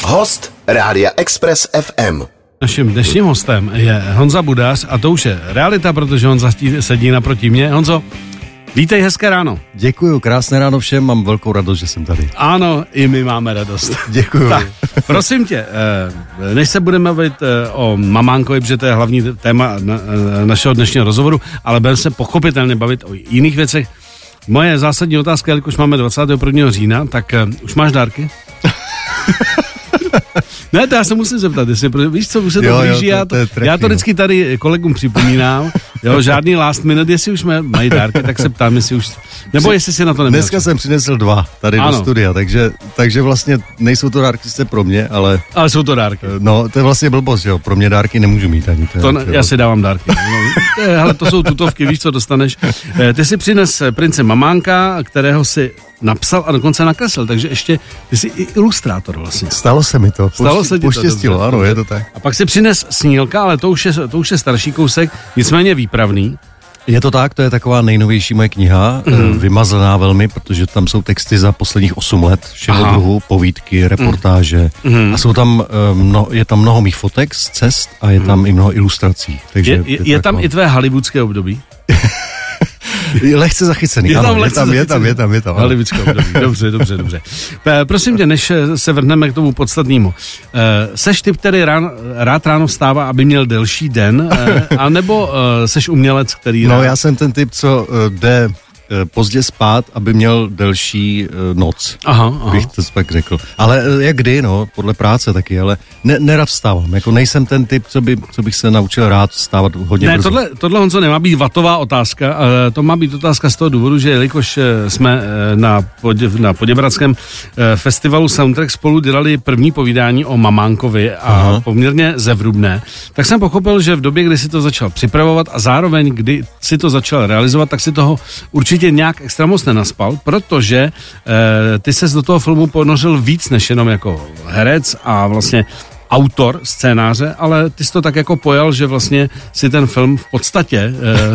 Host Rádia Express FM. Naším dnešním hostem je Honza Budař a to už je realita, protože Honza sedí naproti mě. Honzo, vítej, hezké ráno. Děkuju, krásné ráno všem, mám velkou radost, že jsem tady. Ano, i my máme radost. Děkuju. Tak, prosím tě, než se budeme bavit o mamánkovi, protože to je hlavní téma našeho dnešního rozhovoru, ale budeme se pochopitelně bavit o jiných věcech. Moje zásadní otázka, jelikož máme 21. října, tak už máš dárky? Ne, to já se musím zeptat, jestli, víš co, už se to blíží, já to vždycky tady kolegům připomínám, jo, žádný last minute, jestli už mají dárky, tak se ptám, jestli už, nebo jestli si na to neměl. Dneska jsem přinesl 2 tady do studia, takže vlastně nejsou to dárky se pro mě, ale jsou to dárky. No, to je vlastně blbost, jo, pro mě dárky nemůžu mít ani. Já si dávám dárky. Hele, to jsou tutovky, víš, co dostaneš. Ty si přines Prince Mamánka, kterého si napsal a dokonce nakreslil, takže ještě ty jsi i ilustrátor vlastně. Stalo se mi to. Poštěstilo, ano, je to tak. A pak si přines Snílka, ale to už je starší kousek, nicméně výpravný. Je to tak, to je taková nejnovější moje kniha, vymazaná velmi, protože tam jsou texty za posledních 8 let, všeho druhu, povídky, reportáže a jsou tam, je tam mnoho mých fotek z cest a je tam i mnoho ilustrací. Takže je tam i tvé hollywoodské období? Lehce zachycený, je tam. Hollywoodské období, dobře. Prosím tě, než se vrhneme k tomu podstatnému. Seš typ, který rád ráno vstává, aby měl delší den, anebo seš umělec, který... No, já jsem ten typ, co jde pozdě spát, aby měl delší noc, bych to tak řekl. Ale jak kdy, no, podle práce taky, ale nerad vstávám, jako nejsem ten typ, co bych se naučil rád vstávat hodně brzo. Tohle, Honzo, nemá být vatová otázka, to má být otázka z toho důvodu, že jelikož jsme na Poděbradském festivalu Soundtrack spolu dělali první povídání o mamánkovi a poměrně zevrubné, tak jsem pochopil, že v době, kdy si to začal připravovat a zároveň, kdy si to začal realizovat, tak si toho určitě nějak extra moc nenaspal, protože ty ses do toho filmu ponořil víc než jenom jako herec a vlastně autor scénáře, ale ty jsi to tak jako pojal, že vlastně si ten film v podstatě,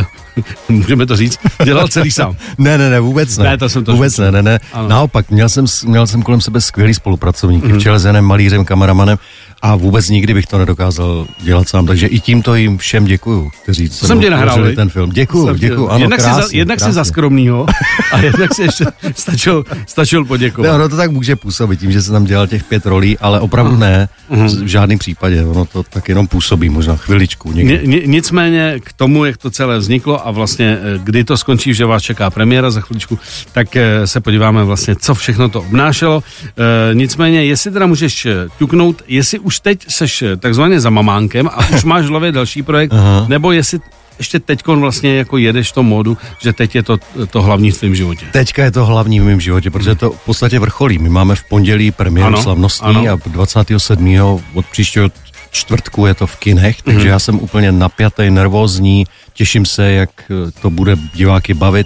můžeme to říct, dělal celý sám. Ne, vůbec ne. Vůbec ne. Naopak, měl jsem kolem sebe skvělý spolupracovníky, v čele s Janem Malířem, kameramanem, a vůbec nikdy bych to nedokázal dělat sám, takže i tímto jim všem děkuju, kteří jsem nahrál ten film. Děkuju, ano, jednak si za skromnýho a jednak si ještě stačil poděkovat. Ne, ono to tak může působit tím, že jsem tam dělal těch 5 rolí, ale opravdu ne, v žádném případě, ono to tak jenom působí, možná chviličku. Nicméně k tomu, jak to celé vzniklo a vlastně kdy to skončí, že vás čeká premiéra za chviličku, tak se podíváme vlastně, co všechno to obnášelo. Nicméně, jestli teda můžeš ťuknout, jestli už teď seš takzvaně za mamánkem a už máš v hlavě další projekt, nebo jestli ještě teďkon vlastně jako jedeš v tom módu, že teď je to hlavní v tvém životě. Teďka je to hlavní v mém životě, protože to v podstatě vrcholí. My máme v pondělí premiéru slavnostní a 27. od příštího čtvrtku je to v kinech, takže já jsem úplně napjatý, nervózní, těším se, jak to bude diváky bavit,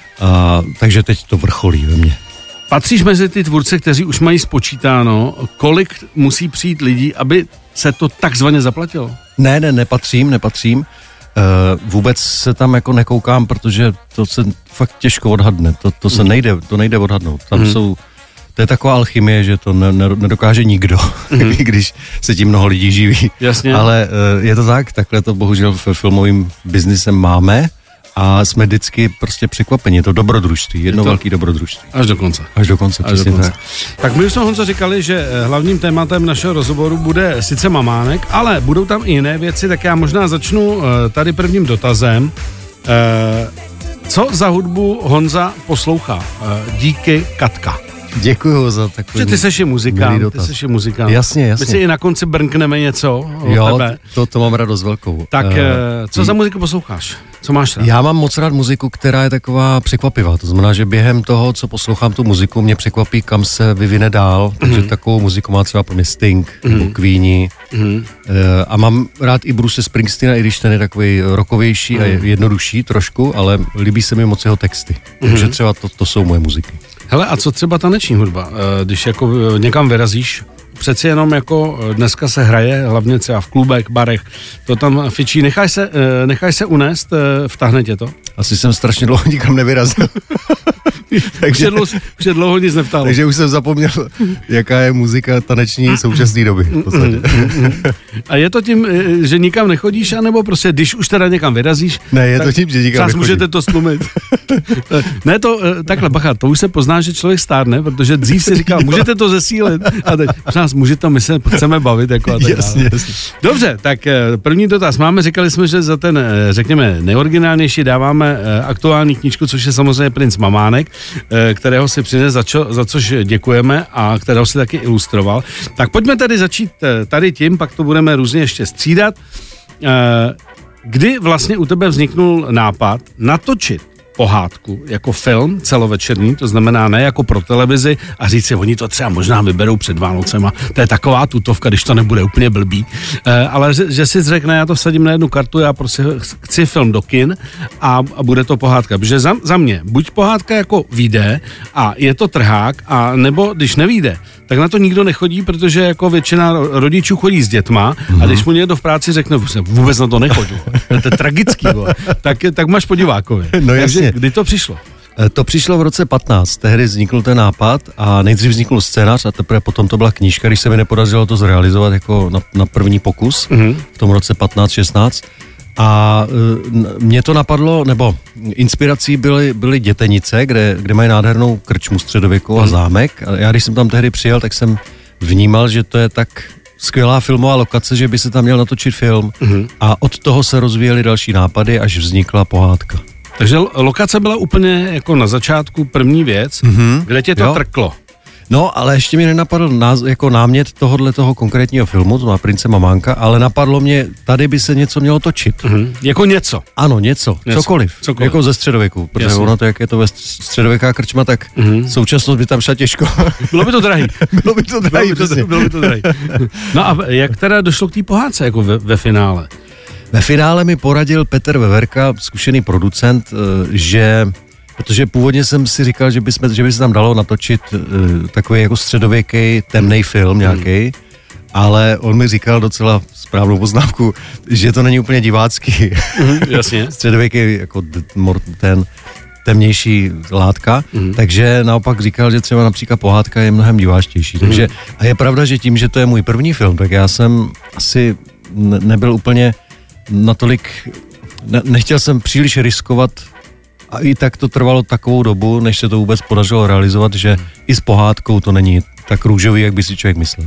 takže teď to vrcholí ve mně. Patříš mezi ty tvůrce, kteří už mají spočítáno, kolik musí přijít lidí, aby se to takzvaně zaplatilo? Ne, nepatřím. Vůbec se tam jako nekoukám, protože to se fakt těžko odhadne. To se nejde odhadnout. Tam to je taková alchymie, že to nedokáže nikdo, když se tím mnoho lidí živí. Jasně. Ale je to tak, takhle to bohužel v filmovým biznisem máme. A jsme vždycky prostě překvapeni. Je to dobrodružství, velký dobrodružství. Až do konce. Přesně tak. Tak my už jsme, Honzo, říkali, že hlavním tématem našeho rozhovoru bude sice mamánek, ale budou tam i jiné věci, tak já možná začnu tady prvním dotazem. Co za hudbu Honza poslouchá? Díky, Katka. Děkuju za takový. Že ty seš muzikant. Jasně. My si i na konci brnkneme něco o tebe. To mám radost velkou. Tak co za muziku posloucháš? Co máš rád? Já mám moc rád muziku, která je taková překvapivá. To znamená, že během toho, co poslouchám tu muziku, mě překvapí, kam se vyvine dál. Takže takovou muziku má třeba pro mě Sting, nebo Queeni. A mám rád i Bruce Springsteena, i když ten je takový rockovější a jednodušší trošku, ale líbí se mi moc jeho texty. Takže třeba to jsou moje muziky. Hele, a co třeba taneční hudba? Když jako někam vyrazíš, přeci jenom jako dneska se hraje, hlavně třeba v klubech, barech, to tam fičí. Nechaj se unést, vtáhne tě to? Asi jsem strašně dlouho nikam nevyrazil. takže už je dlouho nic nevtalo. Takže už jsem zapomněl, jaká je muzika taneční současné doby. V podstatě. A je to tím, že nikam nechodíš, anebo prostě, když už teda někam vyrazíš? Ne, je to tím, že nikam nechodím. Můžete to stlumit. Ne, to, takhle, bacha, to už se pozná, že člověk stárne, protože dřív si říkal, můžete to zesílit. A teď, můžete, my se chceme bavit. Jako a tak jasně. Dobře, tak první dotaz máme, říkali jsme, že za ten, řekněme, nejoriginálnější dáváme aktuální knížku, což je samozřejmě Princ Mamánek, kterého si přines, za což děkujeme a kterého si taky ilustroval. Tak pojďme tady začít tady tím, pak to budeme různě ještě střídat. Kdy vlastně u tebe vzniknul nápad natočit pohádku jako film celovečerní, to znamená ne jako pro televizi a říct si, oni to třeba možná vyberou před Vánocema, to je taková tutovka, když to nebude úplně blbý, ale že si řekne, já to vsadím na jednu kartu, já prostě chci film do kin a bude to pohádka, protože za mě buď pohádka jako vyjde a je to trhák, a nebo když nevyjde, tak na to nikdo nechodí, protože jako většina rodičů chodí s dětma a když mu někdo v práci řekne, vůbec na to nechodí, to je tragický, tak máš po divákovi. No jasně. Kdy to přišlo? To přišlo v roce 15, tehdy vznikl ten nápad a nejdřív vznikl scénář a teprve potom to byla knížka, když se mi nepodařilo to zrealizovat jako na první pokus v tom roce 15-16. A mě to napadlo, nebo inspirací byly Dětenice, kde mají nádhernou krčmu středověkou a zámek. A já když jsem tam tehdy přijel, tak jsem vnímal, že to je tak skvělá filmová lokace, že by se tam měl natočit film. A od toho se rozvíjely další nápady, až vznikla pohádka. Takže lokace byla úplně jako na začátku první věc, kde tě to trklo. No, ale ještě mi nenapadl jako námět toho konkrétního filmu, to má Prince Mamánka, ale napadlo mě, tady by se něco mělo točit. Jako něco? Ano, něco. Cokoliv. Jako ze středověku, protože ono to, jak je to ve středověká krčma, tak současnost by tam šla těžko. Bylo by to drahý. Bylo by to drahý. No a jak teda došlo k té pohádce jako ve finále? Ve finále mi poradil Petr Veverka, zkušený producent, protože původně jsem si říkal, že by se tam dalo natočit takový jako středověký temný film nějaký, ale on mi říkal docela správnou poznámku, že to není úplně divácký. Jasně. Středověký jako ten temnější látka, takže naopak říkal, že třeba například pohádka je mnohem diváčtější. Takže, a je pravda, že tím, že to je můj první film, tak já jsem asi nebyl úplně natolik, nechtěl jsem příliš riskovat a i tak to trvalo takovou dobu, než se to vůbec podařilo realizovat, že i s pohádkou to není tak růžový, jak by si člověk myslel.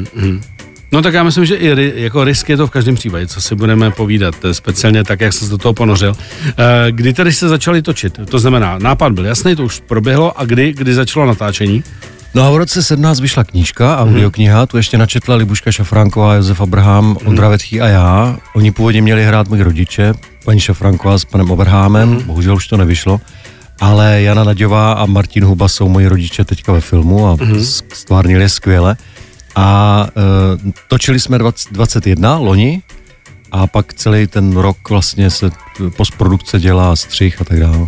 No tak já myslím, že i jako risk je to v každém případě, co si budeme povídat, speciálně tak, jak se do toho ponořil. Kdy tedy se začali točit? To znamená, nápad byl jasný, to už proběhlo, a kdy začalo natáčení? No a v roce 17 vyšla knížka, audiokniha, tu ještě načetla Libuška Šafránková, Josef Abraham, Ondra Vetchý a já. Oni původně měli hrát moji rodiče, paní Šafránková s panem Abrahamem, bohužel už to nevyšlo, ale Jana Naďová a Martin Huba jsou moji rodiče teďka ve filmu a stvárnili je skvěle. A točili jsme 21 loni a pak celý ten rok vlastně se postprodukce dělá, střih a tak dále.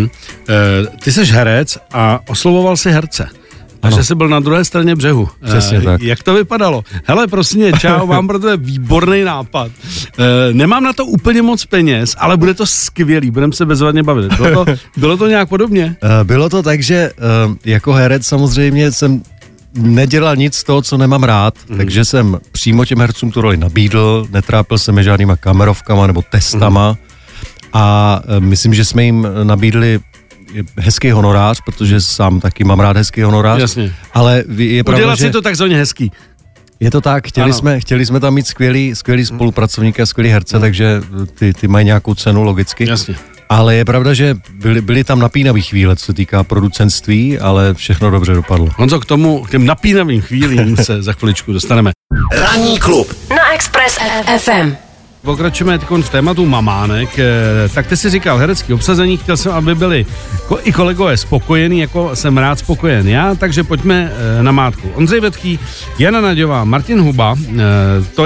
Ty jsi herec a oslovoval si herce. A že jsi byl na druhé straně břehu. Přesně tak. Jak to vypadalo? Hele, prosím mě, čau, mám pro tebe výborný nápad. Nemám na to úplně moc peněz, ale bude to skvělý, budeme se bezvadně bavit. Bylo to nějak podobně? Bylo to tak, že jako herec samozřejmě jsem nedělal nic z toho, co nemám rád, takže jsem přímo těm hercům tu roli nabídl, netrápil jsem je žádnýma kamerovkama nebo testama a myslím, že jsme jim nabídli hezký honorář, protože sám taky mám rád hezký honorář. Jasně. Ale je pravda, udělat si to takzvaně hezký. Je to tak, chtěli jsme tam mít skvělý spolupracovníky a skvělý herce, takže ty mají nějakou cenu logicky. Jasně. Ale je pravda, že byly tam napínavé chvíle, co se týká producentství, ale všechno dobře dopadlo. Honzo, k těm napínavým chvílím se za chviličku dostaneme. Ranní klub na Express FM. Pokračujeme teď v tématu mamánek. Tak ty si říkal herecký obsazení, chtěl jsem, aby byli i kolegové spokojení, jako jsem rád spokojen já, takže pojďme na mátku. Ondřej Vetchý, Jana Naďová, Martin Huba, to je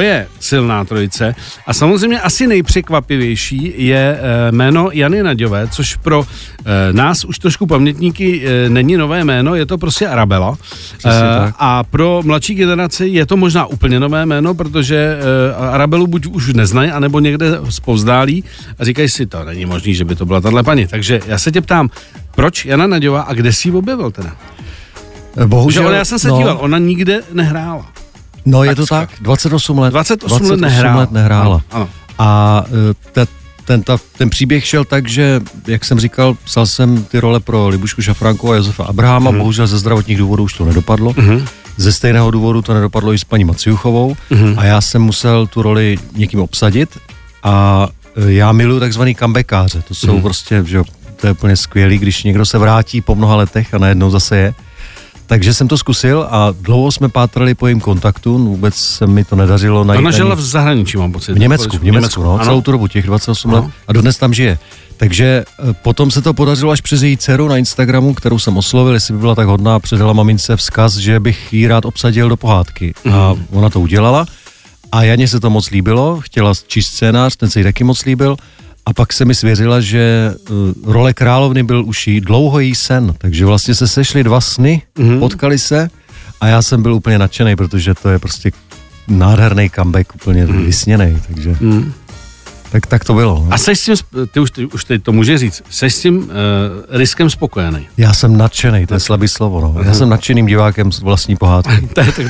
silná trojice. A samozřejmě asi nejpřekvapivější je jméno Jany Naďové, což pro nás už trošku pamětníky není nové jméno, je to prostě Arabela. A pro mladší generaci je to možná úplně nové jméno, protože Arabelu buď už neznají, anebo někde zpovzdálí a říkají si, to není možný, že by to byla tahle paní. Takže já se tě ptám, proč Jana Naďová a kde jsi ji objevil teda? Bohužel, já jsem se díval, ona nikde nehrála. No je to tak, 28 let. 28 let nehrála. Ano. A ten příběh šel tak, že, jak jsem říkal, psal jsem ty role pro Libušku Šafránkovou a Josefa Abrahama, bohužel ze zdravotních důvodů už to nedopadlo. Ze stejného důvodu to nedopadlo i s paní Maciuchovou a já jsem musel tu roli někým obsadit a já miluji takzvaný comebackáře, to jsou prostě, že to je úplně skvělý, když někdo se vrátí po mnoha letech a najednou zase je. Takže jsem to zkusil a dlouho jsme pátrali po jejím kontaktu, vůbec se mi to nedařilo najít. Ona žila v zahraničí, mám pocit. V Německu, no, celou tu dobu, těch 28 let a dodnes tam žije. Takže potom se to podařilo až přes její dceru na Instagramu, kterou jsem oslovil, jestli by byla tak hodná, předala mamince vzkaz, že bych jí rád obsadil do pohádky. A ona to udělala a Janě se to moc líbilo, chtěla číst scénář, ten se jí taky moc líbil. A pak se mi svěřila, že role královny byl už dlouho její sen, takže vlastně se sešly dva sny, potkali se a já jsem byl úplně nadšený, protože to je prostě nádherný comeback, úplně vysněnej, takže tak to bylo. A seš s tím, ty už teď to může říct, seš s tím riskem spokojený? Já jsem nadšený, to je slabý slovo, no. Já jsem nadšeným divákem z vlastní pohádky.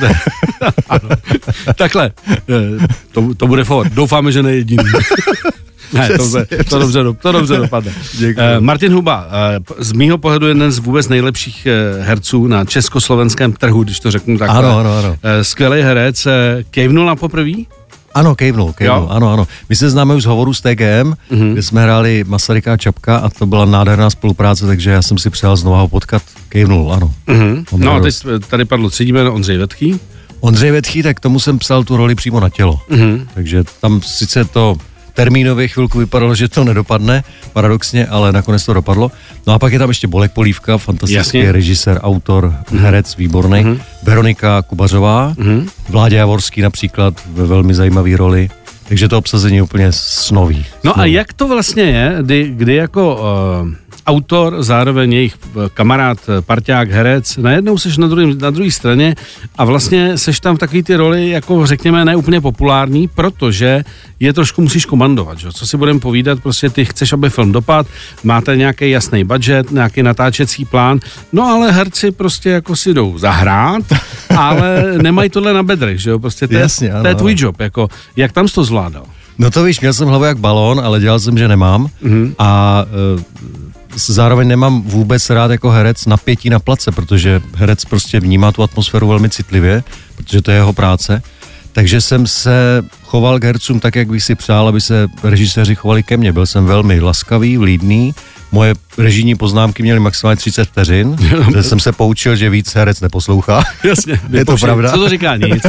Takhle, to bude fakt, doufáme, že nejediný. Ne, to dobře dopadne. Martin Huba, z mýho pohledu jeden z vůbec nejlepších herců na československém trhu, když to řeknu takhle. Ano. Skvělý herec, kejvnul na poprví? Ano, kejvnul, ano. My se známe už z hovoru z TGM, kde jsme hráli Masaryka a Čapka a to byla nádherná spolupráce, takže já jsem si přijal znovu ho potkat, kejvnul, ano. No a teď tady padlo třetí jméno Ondřej Vetchý. Ondřej Vetchý, tak tomu jsem psal tu roli přímo na tělo, takže tam sice to termínově chvilku vypadalo, že to nedopadne, paradoxně, ale nakonec to dopadlo. No a pak je tam ještě Bolek Polívka, fantastický režisér, autor, herec, výborný. Veronika Kubařová, Vláďa Javorský například ve velmi zajímavé roli. Takže to obsazení je úplně snový. No a jak to vlastně je, kdy jako autor, zároveň jejich kamarád, parťák, herec, najednou seš na druhé straně a vlastně seš tam v takový ty roli, jako řekněme, ne úplně populární, protože je trošku musíš komandovat, že? Co si budeme povídat, prostě ty chceš, aby film dopadl, máte nějaký jasný budget, nějaký natáčecí plán, no ale herci prostě jako si jdou zahrát, ale nemají tohle na bedrech, že jo, prostě to je tvůj job, jako, jak tam jsi to zvládal? No to víš, měl jsem hlavu jak balón, ale dělal jsem, že nemám a zároveň nemám vůbec rád jako herec napětí na place, protože herec prostě vnímá tu atmosféru velmi citlivě, protože to je jeho práce. Takže jsem se choval k hercům tak, jak bych si přál, aby se režiséři chovali ke mně. Byl jsem velmi laskavý, vlídný. Moje režijní poznámky měly maximálně 30 vteřin, že jsem se poučil, že víc herec neposlouchá. Jasně, je to pravda. Co to říká? Nic.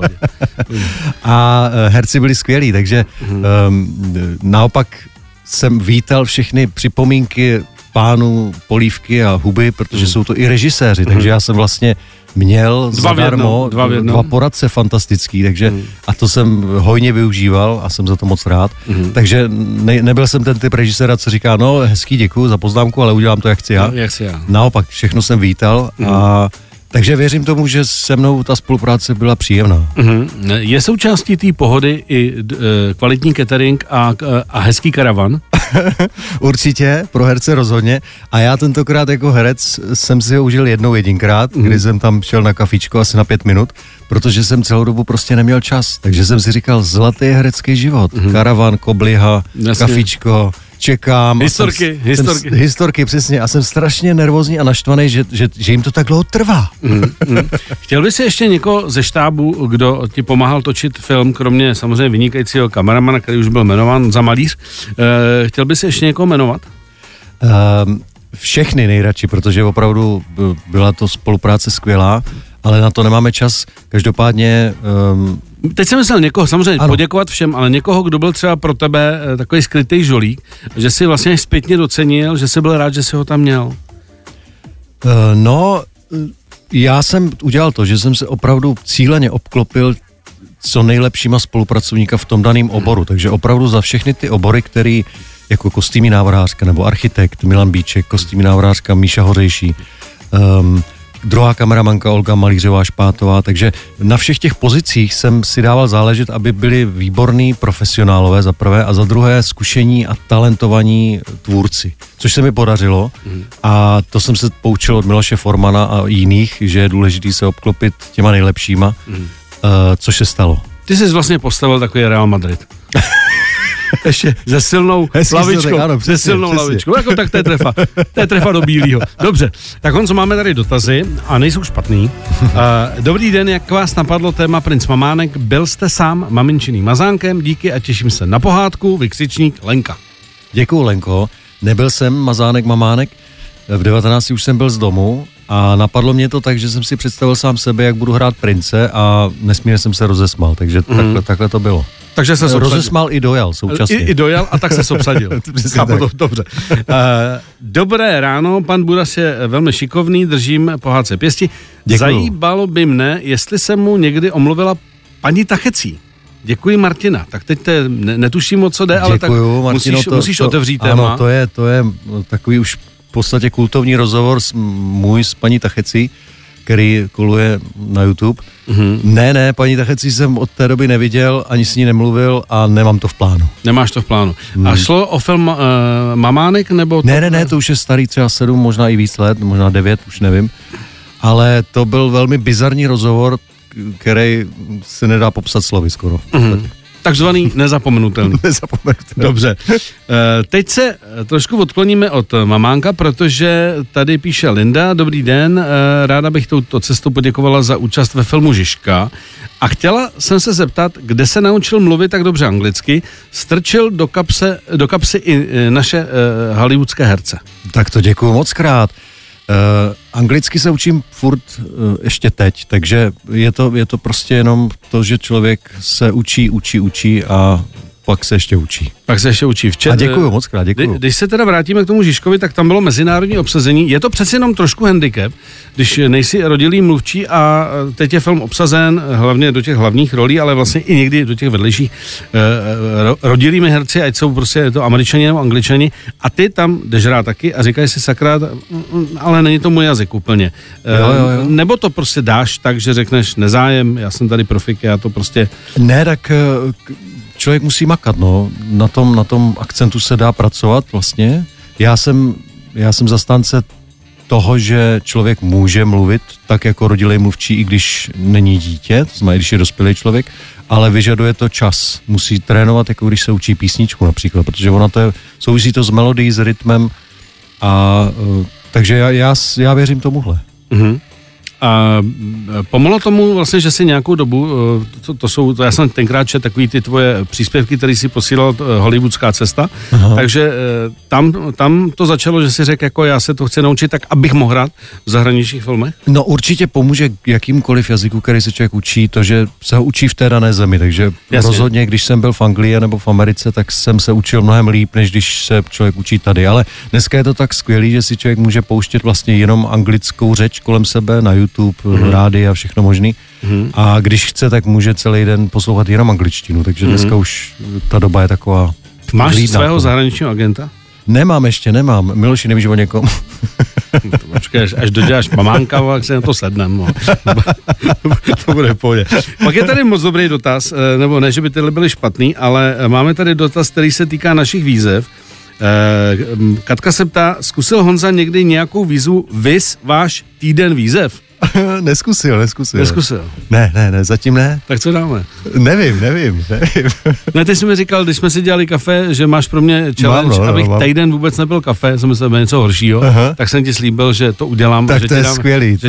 A herci byli skvělí, takže naopak jsem vítal všechny připomínky pánů Polívky a Huby, protože jsou to i režiséři, takže já jsem vlastně měl zadarmo dva poradce fantastický, takže a to jsem hojně využíval a jsem za to moc rád. Takže nebyl jsem ten typ režiséra, co říká, no hezký, děkuju za poznámku, ale udělám to, jak chci já. Naopak, všechno jsem vítal a takže věřím tomu, že se mnou ta spolupráce byla příjemná. Je součástí té pohody i kvalitní catering a hezký karavan? Určitě, pro herce rozhodně. A já tentokrát jako herec jsem si ho užil jedinkrát, kdy jsem tam šel na kafičko asi na 5 minut, protože jsem celou dobu prostě neměl čas. Takže jsem si říkal, zlatý herecký život. Karavan, kobliha, kafičko, čekám. Historky, přesně. A jsem strašně nervózní a naštvaný, že jim to tak dlouho trvá. Chtěl by si ještě někoho ze štábu, kdo ti pomáhal točit film, kromě samozřejmě vynikajícího kameramana, který už byl jmenován za malíř. Chtěl by si ještě někoho jmenovat? Všechny nejradši, protože opravdu byla to spolupráce skvělá, ale na to nemáme čas. Každopádně... Teď jsem myslel někoho, samozřejmě poděkovat všem, ale někoho, kdo byl třeba pro tebe takový skrytý žolík, že si vlastně zpětně docenil, že jsi byl rád, že jsi ho tam měl. Já jsem udělal to, že jsem se opravdu cíleně obklopil co nejlepšíma spolupracovníka v tom daném oboru. Takže opravdu za všechny ty obory, který jako kostýmní návrhářka nebo architekt Milan Bíček, kostýmní návrhářka Míša Hořejší, druhá kameramanka Olga Malířová Špátová, takže na všech těch pozicích jsem si dával záležet, aby byli výborní profesionálové za prvé a za druhé zkušení a talentovaní tvůrci, což se mi podařilo a to jsem se poučil od Miloše Formana a jiných, že je důležitý se obklopit těma nejlepšíma, což se stalo. Ty jsi vlastně postavil takový Real Madrid. Ještě se silnou lavičkou. Ano, se silnou lavičkou. Jako tak to je trefa do bílýho. Dobře, tak Honzo, máme tady dotazy a nejsou špatný. Dobrý den, jak vás napadlo téma Princ Mamánek? Byl jste sám maminčiným mazánkem? Díky a těším se na pohádku. Vykřičník Lenka. Děkuju, Lenko. Nebyl jsem mazánek mamánek. V 19 už jsem byl z domu a napadlo mě to tak, že jsem si představil sám sebe, jak budu hrát prince a nesmírně jsem se rozesmal, takže takhle to bylo. Takže se rozesmal i dojal současně. I dojal a tak se obsadil. Dobře. Dobré ráno, pan Buras je velmi šikovný, držím pohádce pěsti. Děkuju. Zajímalo by mne, jestli se mu někdy omluvila paní Tachecí. Děkuji, Martina. Tak teď netuším, o co jde, ale tak Martino, musíš otevřít téma. Ano, to je takový už v podstatě kultovní rozhovor s paní Tachecí, který koluje na YouTube. Ne, paní Tachecí jsem od té doby neviděl, ani s ní nemluvil a nemám to v plánu. Nemáš to v plánu. A šlo o film Mamánek, nebo... Ne, to už je starý třeba 7, možná i víc let, možná 9, už nevím. Ale to byl velmi bizarní rozhovor, který se nedá popsat slovy skoro. Takzvaný nezapomenutelný. Dobře. Teď se trošku odkloníme od Mamánka, protože tady píše Linda. Dobrý den, ráda bych touto cestou poděkovala za účast ve filmu Žižka a chtěla jsem se zeptat, kde se naučil mluvit tak dobře anglicky, strčil do kapsy i naše hollywoodské herce. Tak to děkuju moc krát. Anglicky se učím furt ještě teď, takže je to prostě jenom to, že člověk se učí a pak se ještě učí. A děkuju, moc krát, děkuju. Když se teda vrátíme k tomu Žižkovi, tak tam bylo mezinárodní obsazení. Je to přeci jenom trošku handicap, když nejsi rodilý mluvčí a teď je film obsazen hlavně do těch hlavních rolí, ale vlastně i někdy do těch vedlejších rodilými herci, ať jsou prostě to Američani nebo Angličani, a ty tam jdeš rád taky a říkají si sakra, ale není to můj jazyk úplně. Jo. Nebo to prostě dáš tak, že řekneš nezájem, já jsem tady profik, já to prostě... Ne, tak... Člověk musí makat, no. Na tom akcentu se dá pracovat vlastně. Já jsem zastánce toho, že člověk může mluvit tak jako rodilej mluvčí, i když není dítě, to znamená, když je dospělý člověk, ale vyžaduje to čas. Musí trénovat, jako když se učí písničku například, protože souvisí to s melodií, s rytmem takže já věřím tomuhle. A pomohlo tomu vlastně, že si nějakou dobu, já jsem tenkrát četl takový ty tvoje příspěvky, které si posílal Hollywoodská cesta, takže tam to začalo, že si řekl, jako já se to chci naučit tak, abych mohl hrát v zahraničních filmech? No určitě pomůže jakýmkoliv jazyku, který se člověk učí, to, že se ho učí v té dané zemi, takže rozhodně, když jsem byl v Anglii nebo v Americe, tak jsem se učil mnohem líp, než když se člověk učí tady, ale dneska je to tak skvělý, že si člověk může pouštět vlastně jenom anglickou řeč kolem sebe na YouTube, rádi a všechno možný. A když chce, tak může celý den poslouchat jenom angličtinu, takže dneska už ta doba je taková... Máš svého zahraničního agenta? Nemám. Miloši, nevíš o někom? Počkej, až doděláš Mamánka, tak se na to sednem. No. To bude v pohodě. Pak je tady moc dobrý dotaz, nebo ne, že by tyhle byly špatný, ale máme tady dotaz, který se týká našich výzev. Katka se ptá, zkusil Honza někdy nějakou výzvu viz váš týden výzev? Neskusil. Ne, zatím ne. Tak co dáme? Nevím. Ne, ty jsi mi říkal, když jsme si dělali kafe, že máš pro mě challenge, abych týden vůbec nebyl kafe, jsem myslel něco horšího, tak jsem ti slíbil, že to udělám. Tak že to je skvělý,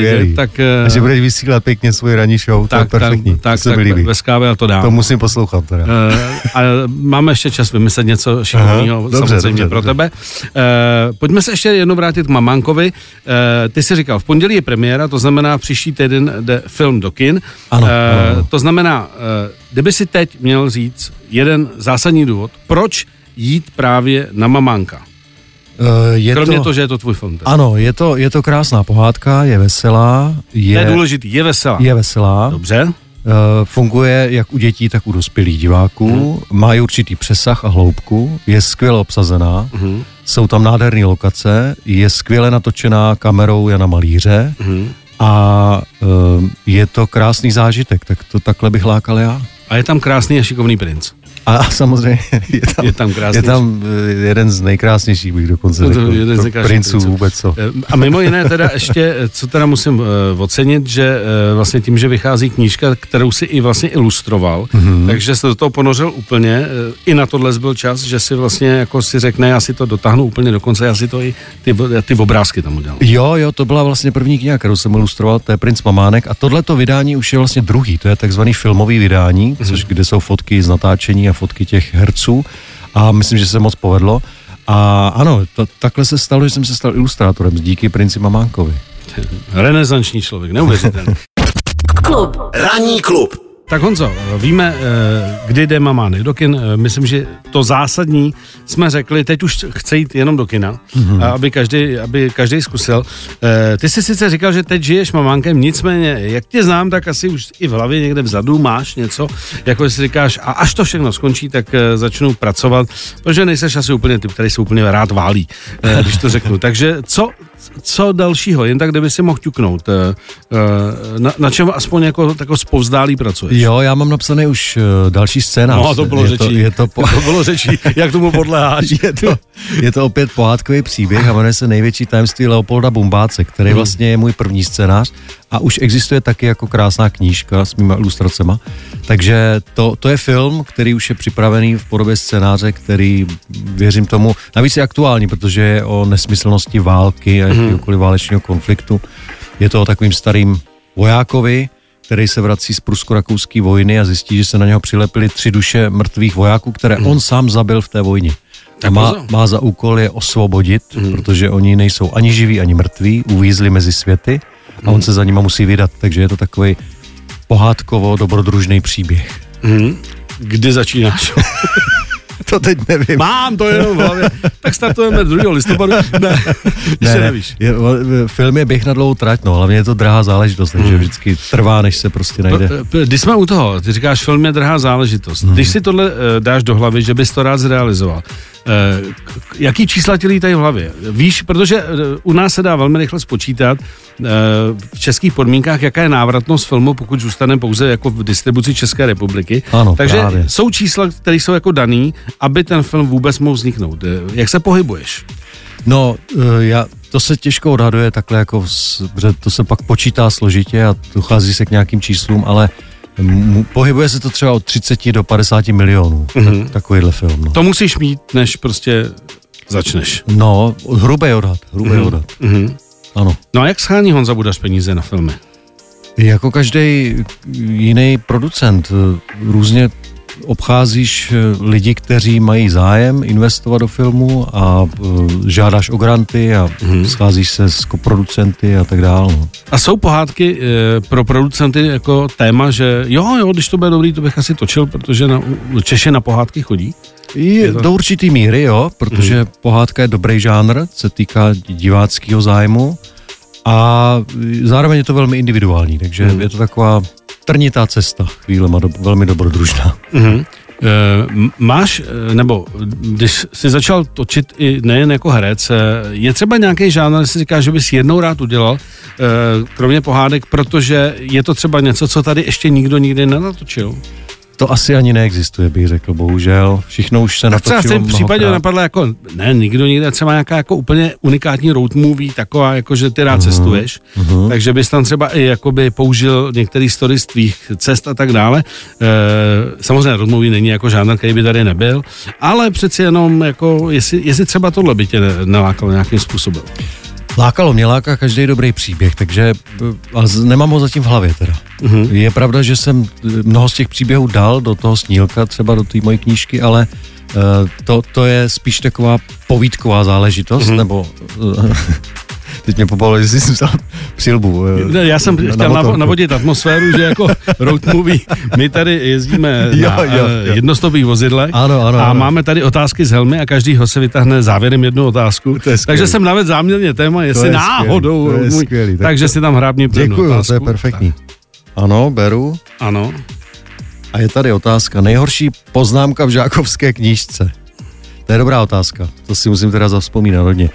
A že budeš vysílat pěkně svůj ranní show, to je perfektní. Tak bez kávy a to dám. To musím poslouchat teda. A máme ještě čas vymyslet něco šikovného, samozřejmě pro tebe. Pojďme se ještě jednou vrátit k Mamánkovi. Ty jsi říkal, v pondělí je premiéra, to znamená, příští týden jde film do kin. Ano. To znamená, kdyby si teď měl říct jeden zásadní důvod, proč jít právě na Mamánka? Kromě toho, že je to tvůj film. Tak. Ano, je to krásná pohádka, je veselá. To je důležitý, je veselá. Je veselá. Dobře. Funguje jak u dětí, tak u dospělých diváků. Má určitý přesah a hloubku. Je skvěle obsazená. Jsou tam nádherné lokace. Je skvěle natočená kamerou Jana Malíře. A je to krásný zážitek. Tak to takhle bych lákal já. A je tam krásný a šikovný princ. A samozřejmě je tam jeden z nejkrásnějších, bych dokonce řekl, jeden z princů vůbec. Co. A mimo jiné teda ještě, co teda musím ocenit, že vlastně tím, že vychází knížka, kterou si i vlastně ilustroval, takže se do toho ponořil úplně, i na tohle zbyl čas, že si vlastně jako si řekne, já si to dotáhnu úplně do konce, já si to i ty obrázky tam udělal. Jo, to byla vlastně první kniha, kterou jsem ilustroval, to je Princ Mamánek a tohleto vydání už je vlastně druhý, to je takzvaný filmový vydání, kde jsou fotky z natáčení a fotky těch herců a myslím, že se moc povedlo. A ano, takhle se stalo, že jsem se stal ilustrátorem díky Princi Mamánkovi. Renesanční člověk, neuvěřitelný. Ranní klub. Tak Honzo, víme, kdy jde Mamánek do kin. Myslím, že to zásadní jsme řekli, teď už chce jít jenom do kina, aby každý zkusil. Ty jsi sice říkal, že teď žiješ Mamánkem, nicméně, jak tě znám, tak asi už i v hlavě někde vzadu máš něco, jako si říkáš, a až to všechno skončí, tak začnu pracovat, protože nejseš asi úplně typ, který se úplně rád válí, když to řeknu. Takže co dalšího, jen tak, kdyby si mohl ťuknout, na čem aspoň jako zpovzdálí pracuješ? Jo, já mám napsaný už další scénář. No, to bylo řečí. Jak tomu podléháš? Je to opět pohádkový příběh a jmenuje se Největší tajemství Leopolda Bumbáce, který vlastně je můj první scénář a už existuje taky jako krásná knížka s mýma ilustracema. Takže to je film, který už je připravený v podobě scénáře, který, věřím tomu, navíc je aktuální, protože je o nesmyslnosti války a jakéhokoliv válečného konfliktu. Je to o takovým starým vojákovi, který se vrací z prusko-rakouské vojny a zjistí, že se na něho přilepily 3 duše mrtvých vojáků, které on sám zabil v té vojně. A má za úkol je osvobodit, protože oni nejsou ani živí, ani mrtví, uvízli mezi světy a on se za nima musí vydat. Takže je to takový pohádkovo-dobrodružný příběh. Kdy začínáš? To teď nevím. Mám to jenom v hlavě. Tak startujeme 2. listopadu. Ne, nevíš. Film je běh na dlouhou trať, no, hlavně je to drahá záležitost, takže vždycky trvá, než se prostě najde. Když jsme u toho, ty říkáš, film je drahá záležitost. Když si tohle dáš do hlavy, že bys to rád zrealizoval, jaký čísla ti lítají v hlavě? Víš, protože u nás se dá velmi rychle spočítat v českých podmínkách, jaká je návratnost filmu, pokud zůstane pouze jako v distribuci České republiky. Ano, takže právě. Jsou čísla, které jsou jako daný, aby ten film vůbec mohl vzniknout. Jak se pohybuješ? No, to se těžko odhaduje takhle, jako protože to se pak počítá složitě a dochází se k nějakým číslům, ale pohybuje se to třeba od 30 do 50 milionů, takovýhle film. No. To musíš mít, než prostě začneš. No, hrubý odhad. Ano. No a jak schání Honza Budař peníze na filmy? Jako každý jiný producent, různě obcházíš lidi, kteří mají zájem investovat do filmu a žádáš o granty a scházíš se s koproducenty a tak dále. No. A jsou pohádky pro producenty jako téma, že jo, když to bude dobrý, to bych asi točil, protože Češi na pohádky chodí? Do určitý míry, jo, protože pohádka je dobrý žánr, se týká diváckého zájmu a zároveň je to velmi individuální, takže je to taková trnitá cesta chvílema, velmi dobrodružná. Máš, nebo když jsi začal točit i nejen jako herec, je třeba nějaký žánr, že si říkáš, že bys jednou rád udělal, kromě pohádek, protože je to třeba něco, co tady ještě nikdo nikdy nenatočil? To asi ani neexistuje, bych řekl, bohužel. Všechno už se natočilo mnohokrát. Třeba v případě napadlo jako, ne, nikdo nikde, třeba nějaká jako úplně unikátní road movie, taková, jako že ty rád cestuješ, takže bys tam třeba i jakoby použil některý story z tvých cest a tak dále. Samozřejmě road movie není jako žádný, který by tady nebyl, ale přeci jenom jako, jestli třeba tohle by tě nelákalo nějakým způsobem. Lákalo, mě láká každý dobrý příběh, takže nemám ho zatím v hlavě teda. Je pravda, že jsem mnoho z těch příběhů dal do toho Snílka, třeba do té mojí knížky, ale to je spíš taková povídková záležitost, nebo teď mě pobavilo, že jsi vzal přilbu. Já jsem chtěl navodit atmosféru, že jako road movie, my tady jezdíme na jednostopých vozidlech a máme tady otázky z helmy a každý ho se vytáhne závěrem jednu otázku. Takže jsem navedl záměrně téma, jestli náhodou road movie. Takže si tam hrábně první otázku. Děkuju, to je perfektní. Ano, beru. Ano. A je tady otázka. Nejhorší poznámka v žákovské knížce. To je dobrá otázka. To si musím teda zavzpomínat hodně.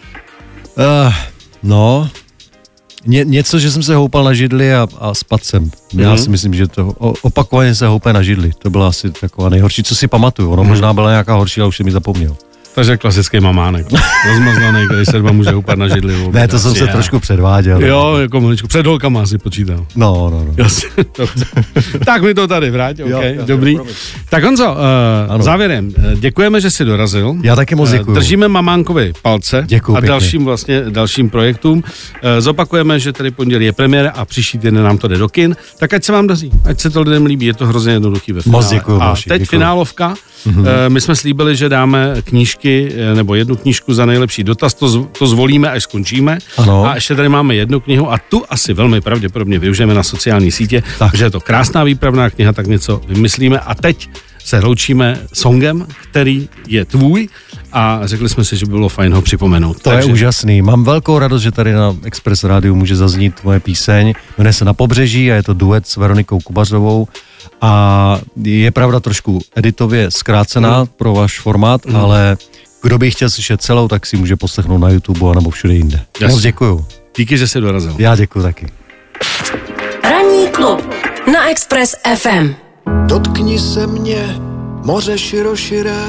Něco, že jsem se houpal na židli a spadl jsem. Já si myslím, že to opakovaně se houpe na židli. To byla asi taková nejhorší, co si pamatuju. Ono možná byla nějaká horší, ale už jsem mi zapomněl. Takže klasický mamánek. Rozmazlaný, který se může houpat na židli. Ne, to jsem se trošku předváděl. Jo, jako maličku. Před holkama si počítal. No. Jasně, tak mi to tady vrať, okay, dobrý. Tak Honzo, závěrem, děkujeme, že jsi dorazil. Já taky moc děkuju. Držíme mamánkovi palce. Děkuju a dalším projektům. Zopakujeme, že tady pondělí je premiéra a příští týden nám to jde do kin. Tak ať se vám daří, ať se to lidem líbí, je to hrozně jednoduchý ve finále. Moc děkuju, a teď děkuju. Finálovka. My jsme slíbili, že dáme knížky, nebo jednu knížku za nejlepší dotaz, to zvolíme, až skončíme. Ano. A ještě tady máme jednu knihu a tu asi velmi pravděpodobně využijeme na sociální sítě, protože je to krásná výpravná kniha, tak něco vymyslíme. A teď se loučíme songem, který je tvůj a řekli jsme si, že by bylo fajn ho připomenout. To je úžasný. Mám velkou radost, že tady na Express Rádiu může zaznít moje píseň. Jmenuje se Na pobřeží a je to duet s Veronikou Kubařovou. A je pravda trošku editově zkrácená pro váš formát, ale kdo by chtěl slyšet celou, tak si může poslechnout na YouTube nebo všude jinde. Moc děkuju. Díky, že jsi dorazil. Já děkuju taky. Ranní klub na Express FM. Dotkni se mě, moře široširé.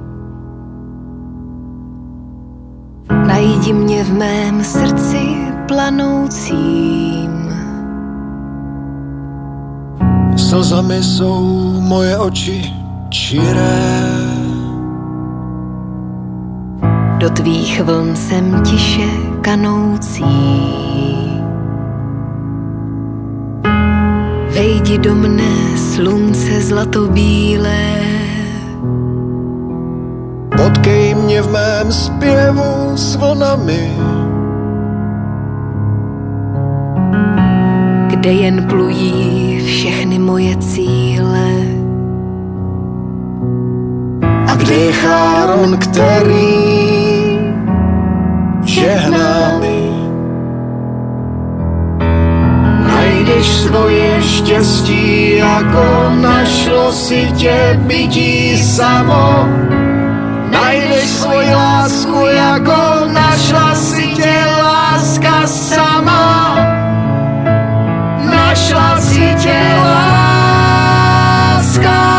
Najdi mě v mém srdci planoucím. Slzami jsou moje oči čiré. Do tvých vln jsem tiše kanoucí. Vejdi do mne, slunce zlatobílé. Potkej mě v mém zpěvu s vlnami. Kde jen plují všechny moje cíle. A kde Cháron, který žehná mi. Najdeš svoje štěstí, jako našlo si tě bytí samo. Najdeš svoji lásku, jako našla si tě láska sama. Našla si tě láska.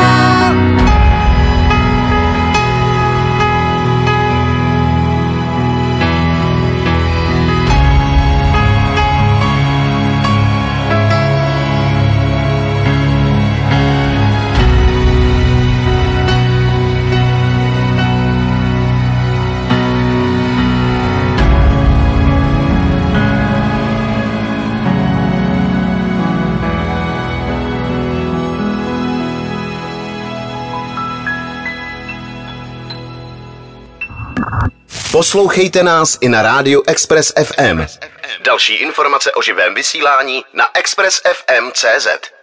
Poslouchejte nás i na rádiu Express FM. Další informace o živém vysílání na expressfm.cz.